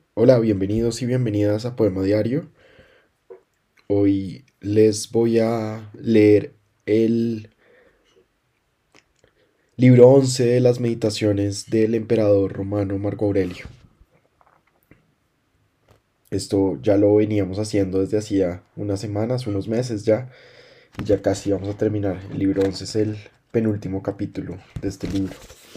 Hola, bienvenidos y bienvenidas a Poema Diario. Hoy les voy a leer el libro 11 de las meditaciones del emperador romano Marco Aurelio. Esto ya lo veníamos haciendo desde hacía unas semanas, unos meses ya, y ya casi vamos a terminar. El libro 11 es el penúltimo capítulo de este libro.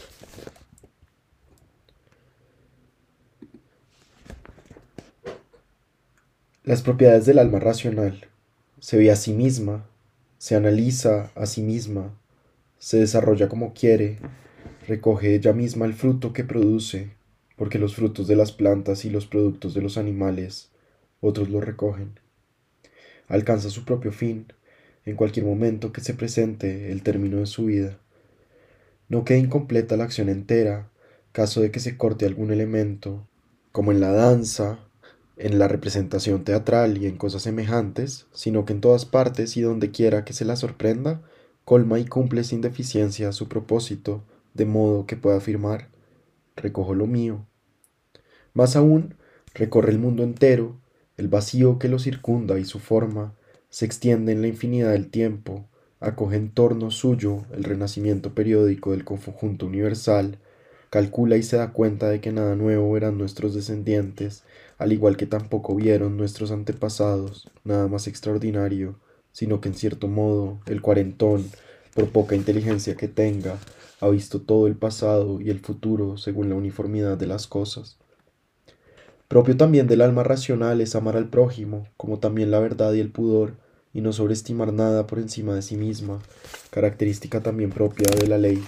Las propiedades del alma racional. Se ve a sí misma, se analiza a sí misma, se desarrolla como quiere, recoge ella misma el fruto que produce, porque los frutos de las plantas y los productos de los animales otros los recogen. Alcanza su propio fin en cualquier momento que se presente el término de su vida. No queda incompleta la acción entera, caso de que se corte algún elemento, como en la danza, en la representación teatral y en cosas semejantes, sino que en todas partes y donde quiera que se la sorprenda, colma y cumple sin deficiencia su propósito, de modo que pueda afirmar, recojo lo mío. Más aún, recorre el mundo entero, el vacío que lo circunda y su forma se extiende en la infinidad del tiempo, acoge en torno suyo el renacimiento periódico del conjunto universal, calcula y se da cuenta de que nada nuevo verán nuestros descendientes, al igual que tampoco vieron nuestros antepasados nada más extraordinario, sino que en cierto modo el cuarentón, por poca inteligencia que tenga, ha visto todo el pasado y el futuro según la uniformidad de las cosas. Propio también del alma racional es amar al prójimo, como también la verdad y el pudor, y no sobreestimar nada por encima de sí misma, característica también propia de la ley.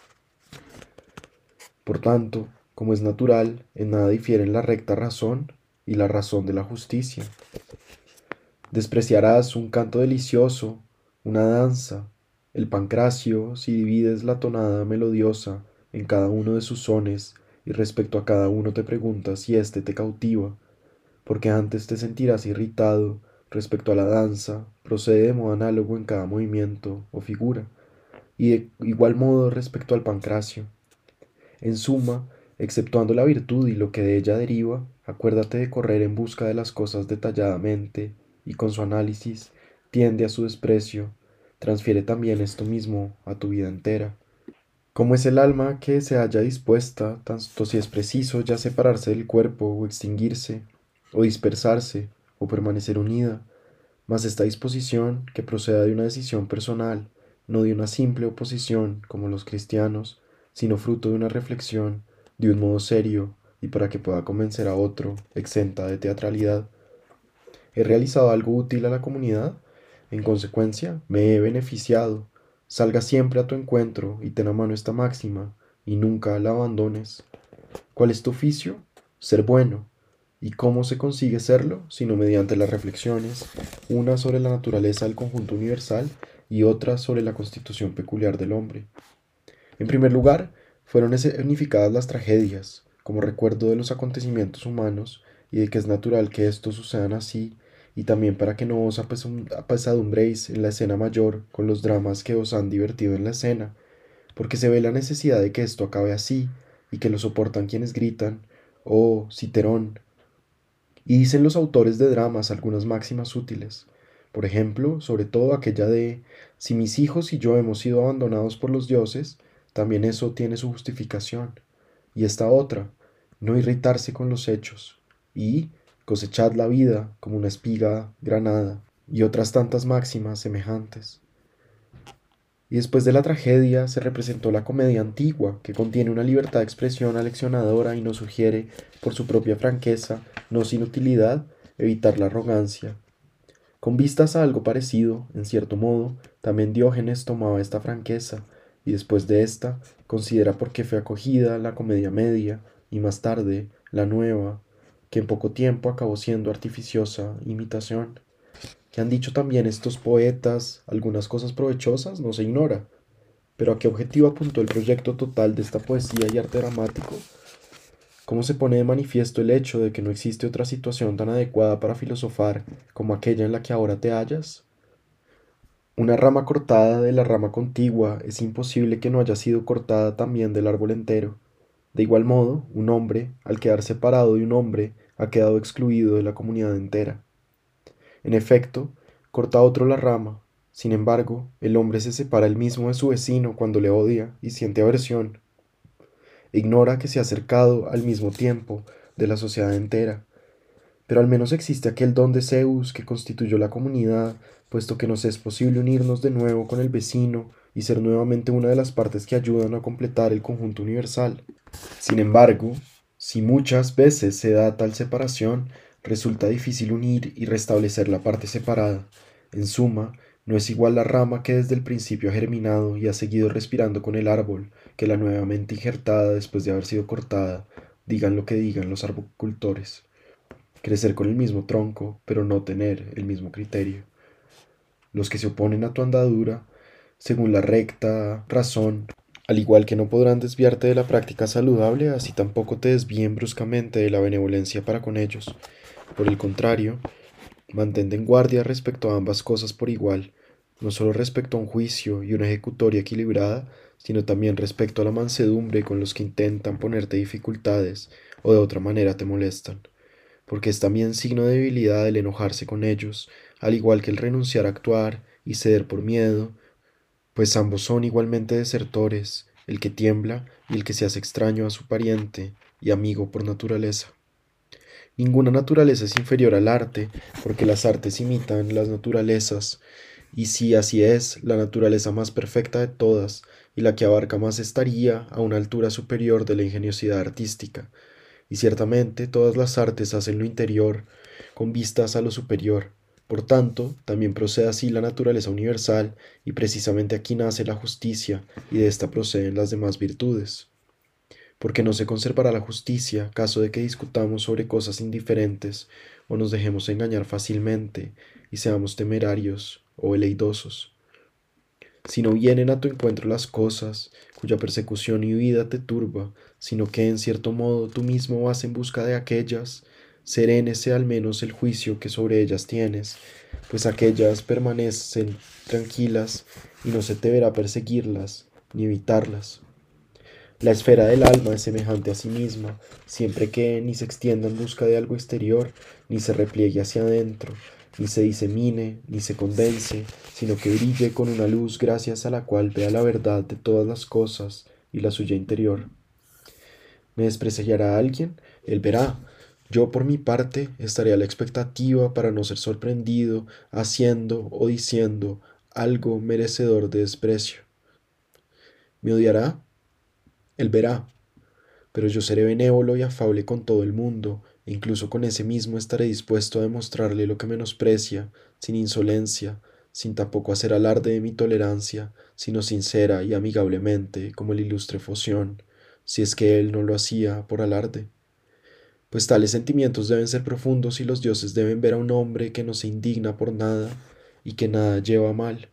Por tanto, como es natural, en nada difieren la recta razón y la razón de la justicia. Despreciarás un canto delicioso, una danza, el pancracio, si divides la tonada melodiosa en cada uno de sus sones, y respecto a cada uno te preguntas si éste te cautiva, porque antes te sentirás irritado respecto a la danza, procede de modo análogo en cada movimiento o figura, y de igual modo respecto al pancracio. En suma, exceptuando la virtud y lo que de ella deriva, acuérdate de correr en busca de las cosas detalladamente, y con su análisis tiende a su desprecio, transfiere también esto mismo a tu vida entera. Como es el alma que se halla dispuesta, tanto si es preciso ya separarse del cuerpo o extinguirse, o dispersarse, o permanecer unida, mas esta disposición que proceda de una decisión personal, no de una simple oposición como los cristianos, sino fruto de una reflexión, de un modo serio, y para que pueda convencer a otro, exenta de teatralidad. ¿He realizado algo útil a la comunidad? En consecuencia, me he beneficiado. Salga siempre a tu encuentro y ten a mano esta máxima, y nunca la abandones. ¿Cuál es tu oficio? Ser bueno. ¿Y cómo se consigue serlo? Sino mediante las reflexiones, una sobre la naturaleza del conjunto universal y otra sobre la constitución peculiar del hombre. En primer lugar, fueron escenificadas las tragedias, como recuerdo de los acontecimientos humanos y de que es natural que estos sucedan así, y también para que no os apesadumbréis en la escena mayor con los dramas que os han divertido en la escena, porque se ve la necesidad de que esto acabe así, y que lo soportan quienes gritan, oh, Citerón. Y dicen los autores de dramas algunas máximas útiles, por ejemplo, sobre todo aquella de, si mis hijos y yo hemos sido abandonados por los dioses, también eso tiene su justificación. Y esta otra, no irritarse con los hechos, y cosechad la vida como una espiga granada, y otras tantas máximas semejantes. Y después de la tragedia se representó la comedia antigua, que contiene una libertad de expresión aleccionadora y nos sugiere, por su propia franqueza, no sin utilidad, evitar la arrogancia. Con vistas a algo parecido, en cierto modo, también Diógenes tomaba esta franqueza, y después de esta, considera por qué fue acogida la comedia media, y más tarde, la nueva, que en poco tiempo acabó siendo artificiosa imitación. Que han dicho también estos poetas algunas cosas provechosas no se ignora, pero ¿a qué objetivo apuntó el proyecto total de esta poesía y arte dramático? ¿Cómo se pone de manifiesto el hecho de que no existe otra situación tan adecuada para filosofar como aquella en la que ahora te hallas? Una rama cortada de la rama contigua es imposible que no haya sido cortada también del árbol entero. De igual modo, un hombre, al quedar separado de un hombre, ha quedado excluido de la comunidad entera. En efecto, corta otro la rama. Sin embargo, el hombre se separa él mismo de su vecino cuando le odia y siente aversión. Ignora que se ha acercado al mismo tiempo de la sociedad entera, pero al menos existe aquel don de Zeus que constituyó la comunidad, puesto que nos es posible unirnos de nuevo con el vecino y ser nuevamente una de las partes que ayudan a completar el conjunto universal. Sin embargo, si muchas veces se da tal separación, resulta difícil unir y restablecer la parte separada. En suma, no es igual la rama que desde el principio ha germinado y ha seguido respirando con el árbol, que la nuevamente injertada después de haber sido cortada, digan lo que digan los arboricultores. Crecer con el mismo tronco, pero no tener el mismo criterio. Los que se oponen a tu andadura, según la recta razón, al igual que no podrán desviarte de la práctica saludable, así tampoco te desvíen bruscamente de la benevolencia para con ellos. Por el contrario, mantente en guardia respecto a ambas cosas por igual, no solo respecto a un juicio y una ejecutoria equilibrada, sino también respecto a la mansedumbre con los que intentan ponerte dificultades o de otra manera te molestan, porque es también signo de debilidad el enojarse con ellos, al igual que el renunciar a actuar y ceder por miedo, pues ambos son igualmente desertores, el que tiembla y el que se hace extraño a su pariente y amigo por naturaleza. Ninguna naturaleza es inferior al arte, porque las artes imitan las naturalezas, y si así es, la naturaleza más perfecta de todas, y la que abarca más estaría a una altura superior de la ingeniosidad artística, y ciertamente todas las artes hacen lo interior, con vistas a lo superior. Por tanto, también procede así la naturaleza universal, y precisamente aquí nace la justicia, y de ésta proceden las demás virtudes. Porque no se conservará la justicia, caso de que discutamos sobre cosas indiferentes, o nos dejemos engañar fácilmente, y seamos temerarios o veleidosos. Si no vienen a tu encuentro las cosas, cuya persecución y huida te turba, sino que en cierto modo tú mismo vas en busca de aquellas, serénese al menos el juicio que sobre ellas tienes, pues aquellas permanecen tranquilas y no se te verá perseguirlas ni evitarlas. La esfera del alma es semejante a sí misma, siempre que ni se extienda en busca de algo exterior, ni se repliegue hacia adentro, ni se disemine, ni se condense, sino que brille con una luz gracias a la cual vea la verdad de todas las cosas y la suya interior. ¿Me despreciará alguien? Él verá. Yo por mi parte estaré a la expectativa para no ser sorprendido haciendo o diciendo algo merecedor de desprecio. ¿Me odiará? Él verá. Pero yo seré benévolo y afable con todo el mundo, e incluso con ese mismo estaré dispuesto a demostrarle lo que menosprecia, sin insolencia, sin tampoco hacer alarde de mi tolerancia, sino sincera y amigablemente, como el ilustre Foción, si es que él no lo hacía por alarde. Pues tales sentimientos deben ser profundos y los dioses deben ver a un hombre que no se indigna por nada y que nada lleva mal.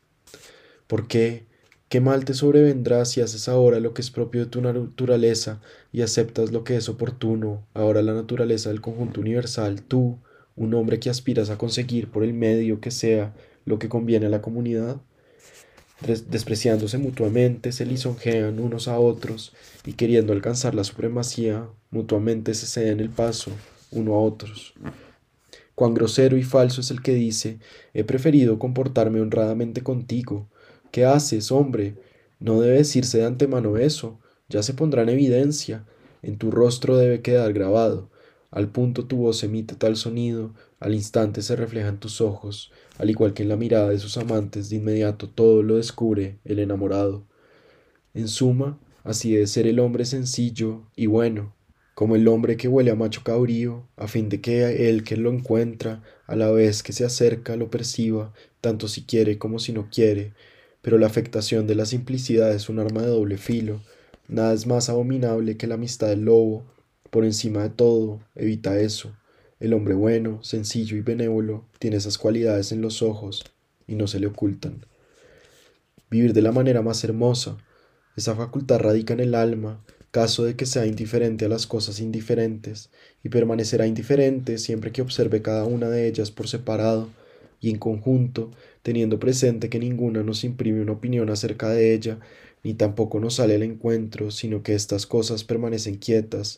¿Por qué? ¿Qué mal te sobrevendrá si haces ahora lo que es propio de tu naturaleza y aceptas lo que es oportuno, ahora la naturaleza del conjunto universal, tú, un hombre que aspiras a conseguir por el medio que sea lo que conviene a la comunidad? Despreciándose mutuamente, se lisonjean unos a otros y queriendo alcanzar la supremacía, mutuamente se ceden el paso uno a otros. Cuán grosero y falso es el que dice, he preferido comportarme honradamente contigo. ¿Qué haces, hombre? No debe decirse de antemano eso, ya se pondrá en evidencia, en tu rostro debe quedar grabado. Al punto tu voz emite tal sonido, al instante se refleja en tus ojos, al igual que en la mirada de sus amantes, de inmediato todo lo descubre el enamorado. En suma, así debe ser el hombre sencillo y bueno, como el hombre que huele a macho cabrío, a fin de que el que lo encuentra, a la vez que se acerca, lo perciba, tanto si quiere como si no quiere. Pero la afectación de la simplicidad es un arma de doble filo. Nada es más abominable que la amistad del lobo. Por encima de todo, evita eso. El hombre bueno, sencillo y benévolo tiene esas cualidades en los ojos y no se le ocultan. Vivir de la manera más hermosa. Esa facultad radica en el alma, caso de que sea indiferente a las cosas indiferentes, y permanecerá indiferente siempre que observe cada una de ellas por separado y en conjunto, teniendo presente que ninguna nos imprime una opinión acerca de ella, ni tampoco nos sale al encuentro, sino que estas cosas permanecen quietas,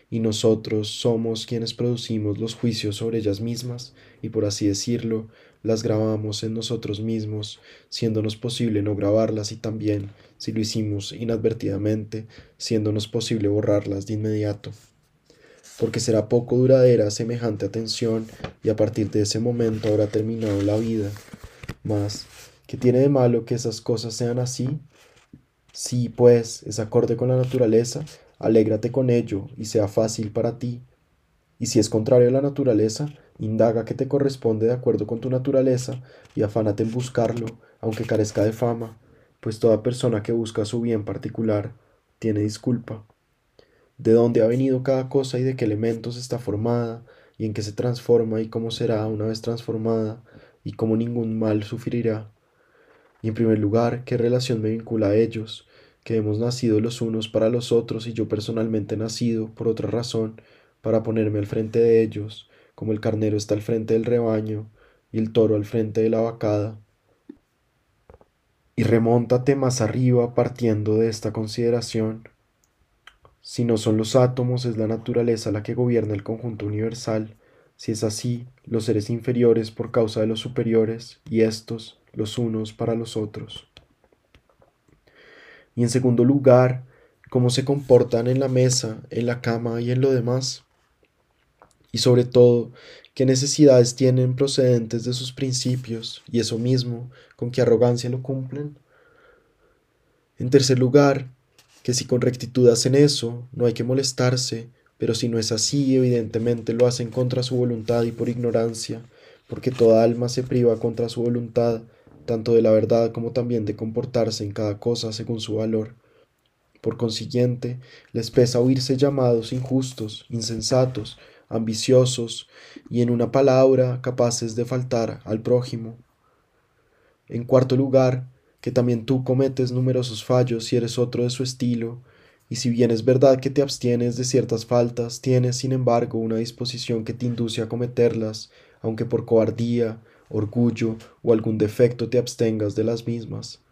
y nosotros somos quienes producimos los juicios sobre ellas mismas y, por así decirlo, las grabamos en nosotros mismos, siéndonos posible no grabarlas y también, si lo hicimos inadvertidamente, siéndonos posible borrarlas de inmediato. Porque será poco duradera semejante atención y a partir de ese momento habrá terminado la vida. Mas, ¿qué tiene de malo que esas cosas sean así? Si, pues, es acorde con la naturaleza, alégrate con ello y sea fácil para ti. Y si es contrario a la naturaleza, indaga qué te corresponde de acuerdo con tu naturaleza y afánate en buscarlo, aunque carezca de fama, pues toda persona que busca su bien particular tiene disculpa. De dónde ha venido cada cosa y de qué elementos está formada, y en qué se transforma y cómo será una vez transformada, y cómo ningún mal sufrirá. Y en primer lugar, ¿qué relación me vincula a ellos? Que hemos nacido los unos para los otros y yo personalmente nacido, por otra razón, para ponerme al frente de ellos, como el carnero está al frente del rebaño y el toro al frente de la vacada. Y remóntate más arriba partiendo de esta consideración. Si no son los átomos, es la naturaleza la que gobierna el conjunto universal. Si es así, los seres inferiores por causa de los superiores, y estos, los unos para los otros. Y en segundo lugar, cómo se comportan en la mesa, en la cama y en lo demás. Y sobre todo, qué necesidades tienen procedentes de sus principios, y eso mismo, con qué arrogancia lo cumplen. En tercer lugar, que si con rectitud hacen eso, no hay que molestarse, pero si no es así, evidentemente lo hacen contra su voluntad y por ignorancia, porque toda alma se priva contra su voluntad, tanto de la verdad como también de comportarse en cada cosa según su valor. Por consiguiente, les pesa oírse llamados injustos, insensatos, ambiciosos y, en una palabra, capaces de faltar al prójimo. En cuarto lugar, que también tú cometes numerosos fallos y eres otro de su estilo, y si bien es verdad que te abstienes de ciertas faltas, tienes, sin embargo, una disposición que te induce a cometerlas, aunque por cobardía, orgullo o algún defecto te abstengas de las mismas.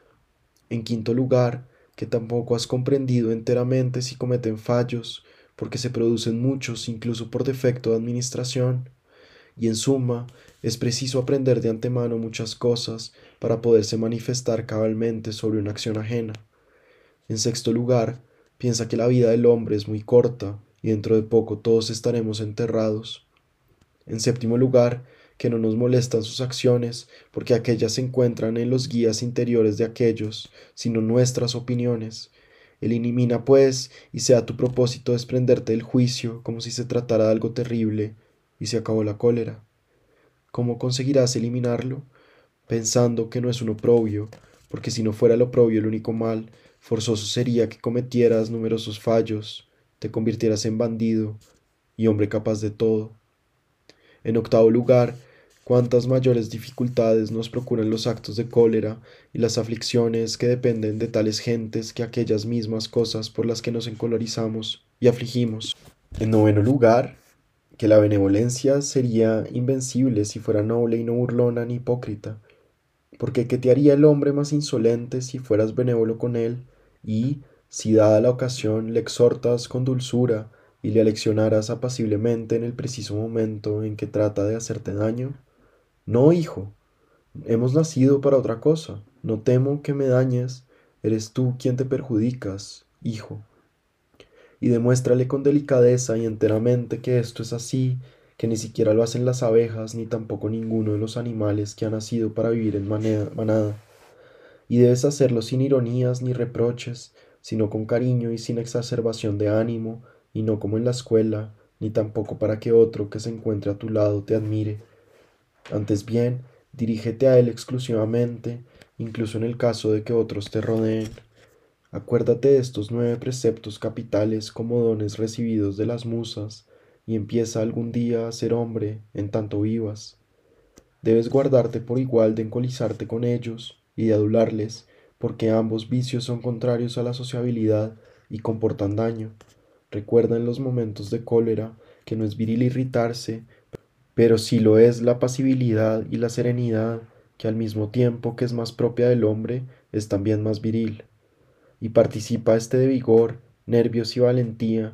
En quinto lugar, que tampoco has comprendido enteramente si cometen fallos, porque se producen muchos incluso por defecto de administración, y en suma, es preciso aprender de antemano muchas cosas para poderse manifestar cabalmente sobre una acción ajena. En sexto lugar, piensa que la vida del hombre es muy corta y dentro de poco todos estaremos enterrados. En séptimo lugar, que no nos molestan sus acciones, porque aquellas se encuentran en los guías interiores de aquellos, sino nuestras opiniones. Elimina, pues, y sea tu propósito desprenderte del juicio como si se tratara de algo terrible, y se acabó la cólera. ¿Cómo conseguirás eliminarlo? Pensando que no es un oprobio, porque si no fuera el oprobio el único mal, forzoso sería que cometieras numerosos fallos, te convirtieras en bandido y hombre capaz de todo. En octavo lugar, cuántas mayores dificultades nos procuran los actos de cólera y las aflicciones que dependen de tales gentes que aquellas mismas cosas por las que nos encolorizamos y afligimos. En noveno lugar, que la benevolencia sería invencible si fuera noble y no burlona ni hipócrita, porque ¿qué te haría el hombre más insolente si fueras benévolo con él y, si dada la ocasión, le exhortas con dulzura y le aleccionaras apaciblemente en el preciso momento en que trata de hacerte daño? No, hijo, hemos nacido para otra cosa. No temo que me dañes, eres tú quien te perjudicas, hijo. Y demuéstrale con delicadeza y enteramente que esto es así, que ni siquiera lo hacen las abejas ni tampoco ninguno de los animales que han nacido para vivir en manada. Y debes hacerlo sin ironías ni reproches, sino con cariño y sin exacerbación de ánimo, y no como en la escuela, ni tampoco para que otro que se encuentre a tu lado te admire. Antes bien, dirígete a él exclusivamente, incluso en el caso de que otros te rodeen. Acuérdate de estos 9 preceptos capitales como dones recibidos de las musas, y empieza algún día a ser hombre en tanto vivas. Debes guardarte por igual de encolizarte con ellos y de adularles, porque ambos vicios son contrarios a la sociabilidad y comportan daño. Recuerda en los momentos de cólera que no es viril irritarse, pero sí lo es la pasibilidad y la serenidad, que al mismo tiempo que es más propia del hombre, es también más viril. Y participa este de vigor, nervios y valentía,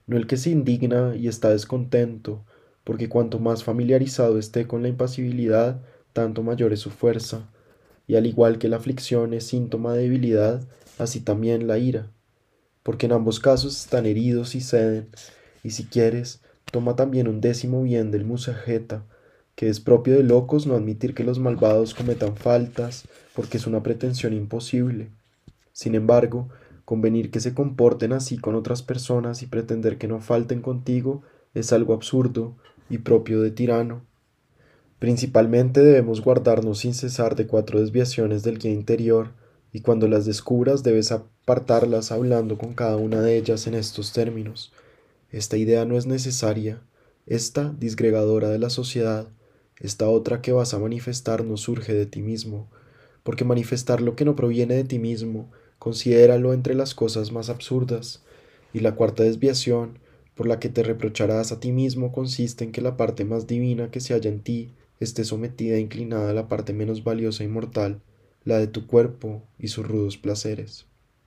no el que se indigna y está descontento, porque cuanto más familiarizado esté con la impasibilidad, tanto mayor es su fuerza, y al igual que la aflicción es síntoma de debilidad, así también la ira, porque en ambos casos están heridos y ceden, y si quieres, toma también un décimo bien del musajeta, que es propio de locos no admitir que los malvados cometan faltas, porque es una pretensión imposible. Sin embargo, convenir que se comporten así con otras personas y pretender que no falten contigo es algo absurdo y propio de tirano. Principalmente debemos guardarnos sin cesar de 4 desviaciones del guía interior, y cuando las descubras debes apartarlas hablando con cada una de ellas en estos términos. Esta idea no es necesaria, esta disgregadora de la sociedad, esta otra que vas a manifestar no surge de ti mismo, porque manifestar lo que no proviene de ti mismo, considéralo entre las cosas más absurdas, y la cuarta desviación, por la que te reprocharás a ti mismo, consiste en que la parte más divina que se halla en ti esté sometida e inclinada a la parte menos valiosa y mortal, la de tu cuerpo y sus rudos placeres.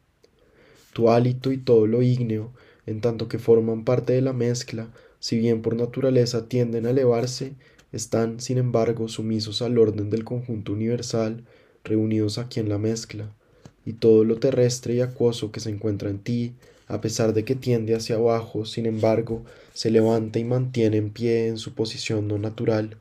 Tu hálito y todo lo ígneo, en tanto que forman parte de la mezcla, si bien por naturaleza tienden a elevarse, están, sin embargo, sumisos al orden del conjunto universal, reunidos aquí en la mezcla, y todo lo terrestre y acuoso que se encuentra en ti, a pesar de que tiende hacia abajo, sin embargo, se levanta y mantiene en pie en su posición no natural.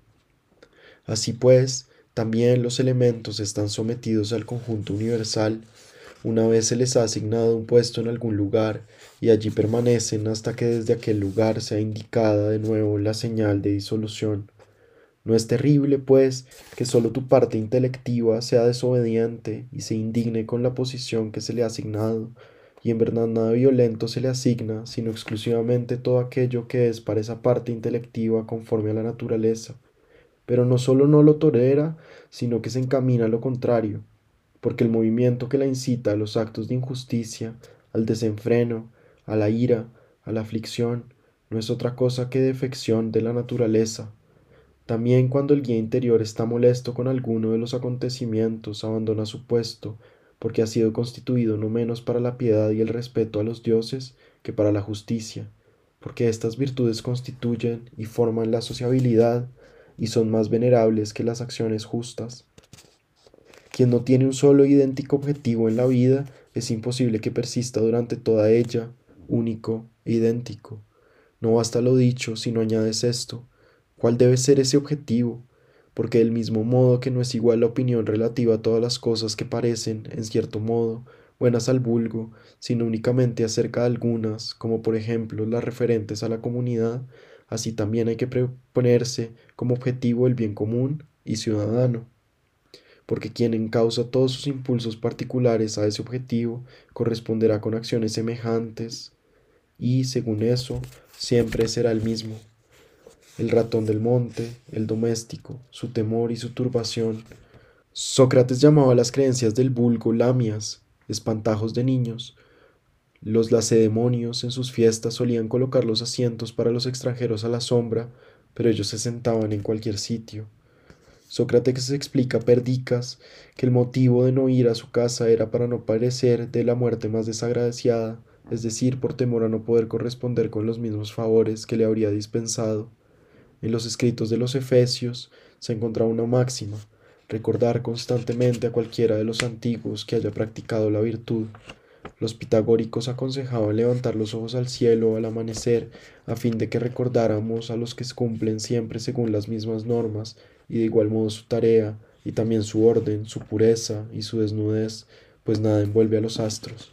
Así pues, también los elementos están sometidos al conjunto universal, una vez se les ha asignado un puesto en algún lugar, y allí permanecen hasta que desde aquel lugar sea indicada de nuevo la señal de disolución. No es terrible, pues, que sólo tu parte intelectiva sea desobediente y se indigne con la posición que se le ha asignado, y en verdad nada violento se le asigna, sino exclusivamente todo aquello que es para esa parte intelectiva conforme a la naturaleza. Pero no solo no lo tolera, sino que se encamina a lo contrario, porque el movimiento que la incita a los actos de injusticia, al desenfreno, a la ira, a la aflicción, no es otra cosa que defección de la naturaleza. También cuando el guía interior está molesto con alguno de los acontecimientos, abandona su puesto, porque ha sido constituido no menos para la piedad y el respeto a los dioses que para la justicia, porque estas virtudes constituyen y forman la sociabilidad y son más venerables que las acciones justas. Quien no tiene un solo idéntico objetivo en la vida, es imposible que persista durante toda ella, único e idéntico. No basta lo dicho si no añades esto. ¿Cuál debe ser ese objetivo? Porque del mismo modo que no es igual la opinión relativa a todas las cosas que parecen, en cierto modo, buenas al vulgo, sino únicamente acerca de algunas, como por ejemplo las referentes a la comunidad, así también hay que proponerse como objetivo el bien común y ciudadano, porque quien encausa todos sus impulsos particulares a ese objetivo corresponderá con acciones semejantes y, según eso, siempre será el mismo. El ratón del monte, el doméstico, su temor y su turbación. Sócrates llamaba a las creencias del vulgo lamias, espantajos de niños. Los lacedemonios en sus fiestas solían colocar los asientos para los extranjeros a la sombra, pero ellos se sentaban en cualquier sitio. Sócrates explica a Perdicas que el motivo de no ir a su casa era para no parecer de la muerte más desagraciada, es decir, por temor a no poder corresponder con los mismos favores que le habría dispensado. En los escritos de los Efesios se encontraba una máxima: recordar constantemente a cualquiera de los antiguos que haya practicado la virtud. Los pitagóricos aconsejaban levantar los ojos al cielo al amanecer, a fin de que recordáramos a los que cumplen siempre según las mismas normas, y de igual modo su tarea, y también su orden, su pureza y su desnudez, pues nada envuelve a los astros.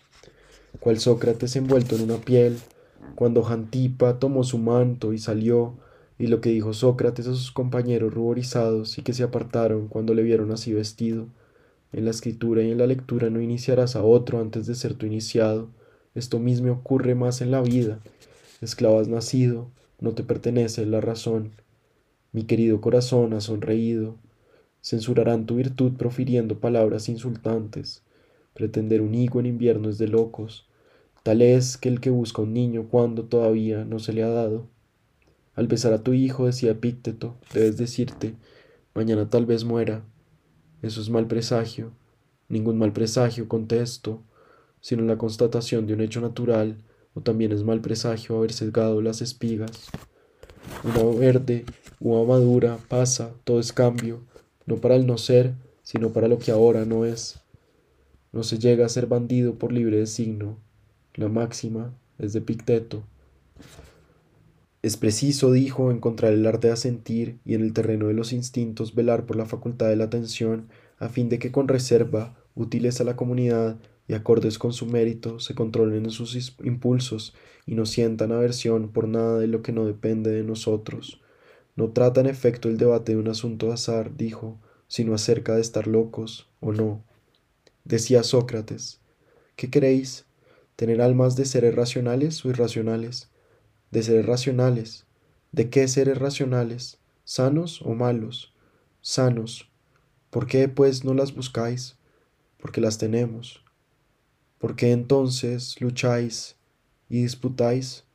Cual Sócrates envuelto en una piel, cuando Jantipa tomó su manto y salió, y lo que dijo Sócrates a sus compañeros ruborizados y que se apartaron cuando le vieron así vestido. En la escritura y en la lectura no iniciarás a otro antes de ser tú iniciado. Esto mismo ocurre más en la vida. Esclavo has nacido, no te pertenece la razón. Mi querido corazón ha sonreído. Censurarán tu virtud profiriendo palabras insultantes. Pretender un higo en invierno es de locos. Tal es que el que busca un niño cuando todavía no se le ha dado. Al besar a tu hijo, decía Epícteto, debes decirte, mañana tal vez muera. Eso es mal presagio. Ningún mal presagio, contesto, sino la constatación de un hecho natural, o también es mal presagio haber sesgado las espigas. Una verde, uva madura, pasa, todo es cambio, no para el no ser, sino para lo que ahora no es. No se llega a ser bandido por libre designo. La máxima es de Picteto. Es preciso, dijo, encontrar el arte de asentir y en el terreno de los instintos velar por la facultad de la atención, a fin de que con reserva, útiles a la comunidad y acordes con su mérito, se controlen sus impulsos y no sientan aversión por nada de lo que no depende de nosotros. No trata en efecto el debate de un asunto de azar, dijo, sino acerca de estar locos o no. Decía Sócrates, ¿qué queréis? ¿Tener almas de seres racionales o irracionales? De seres racionales. ¿De qué seres racionales? ¿Sanos o malos? Sanos. ¿Por qué, pues, no las buscáis? Porque las tenemos. ¿Por qué entonces lucháis y disputáis?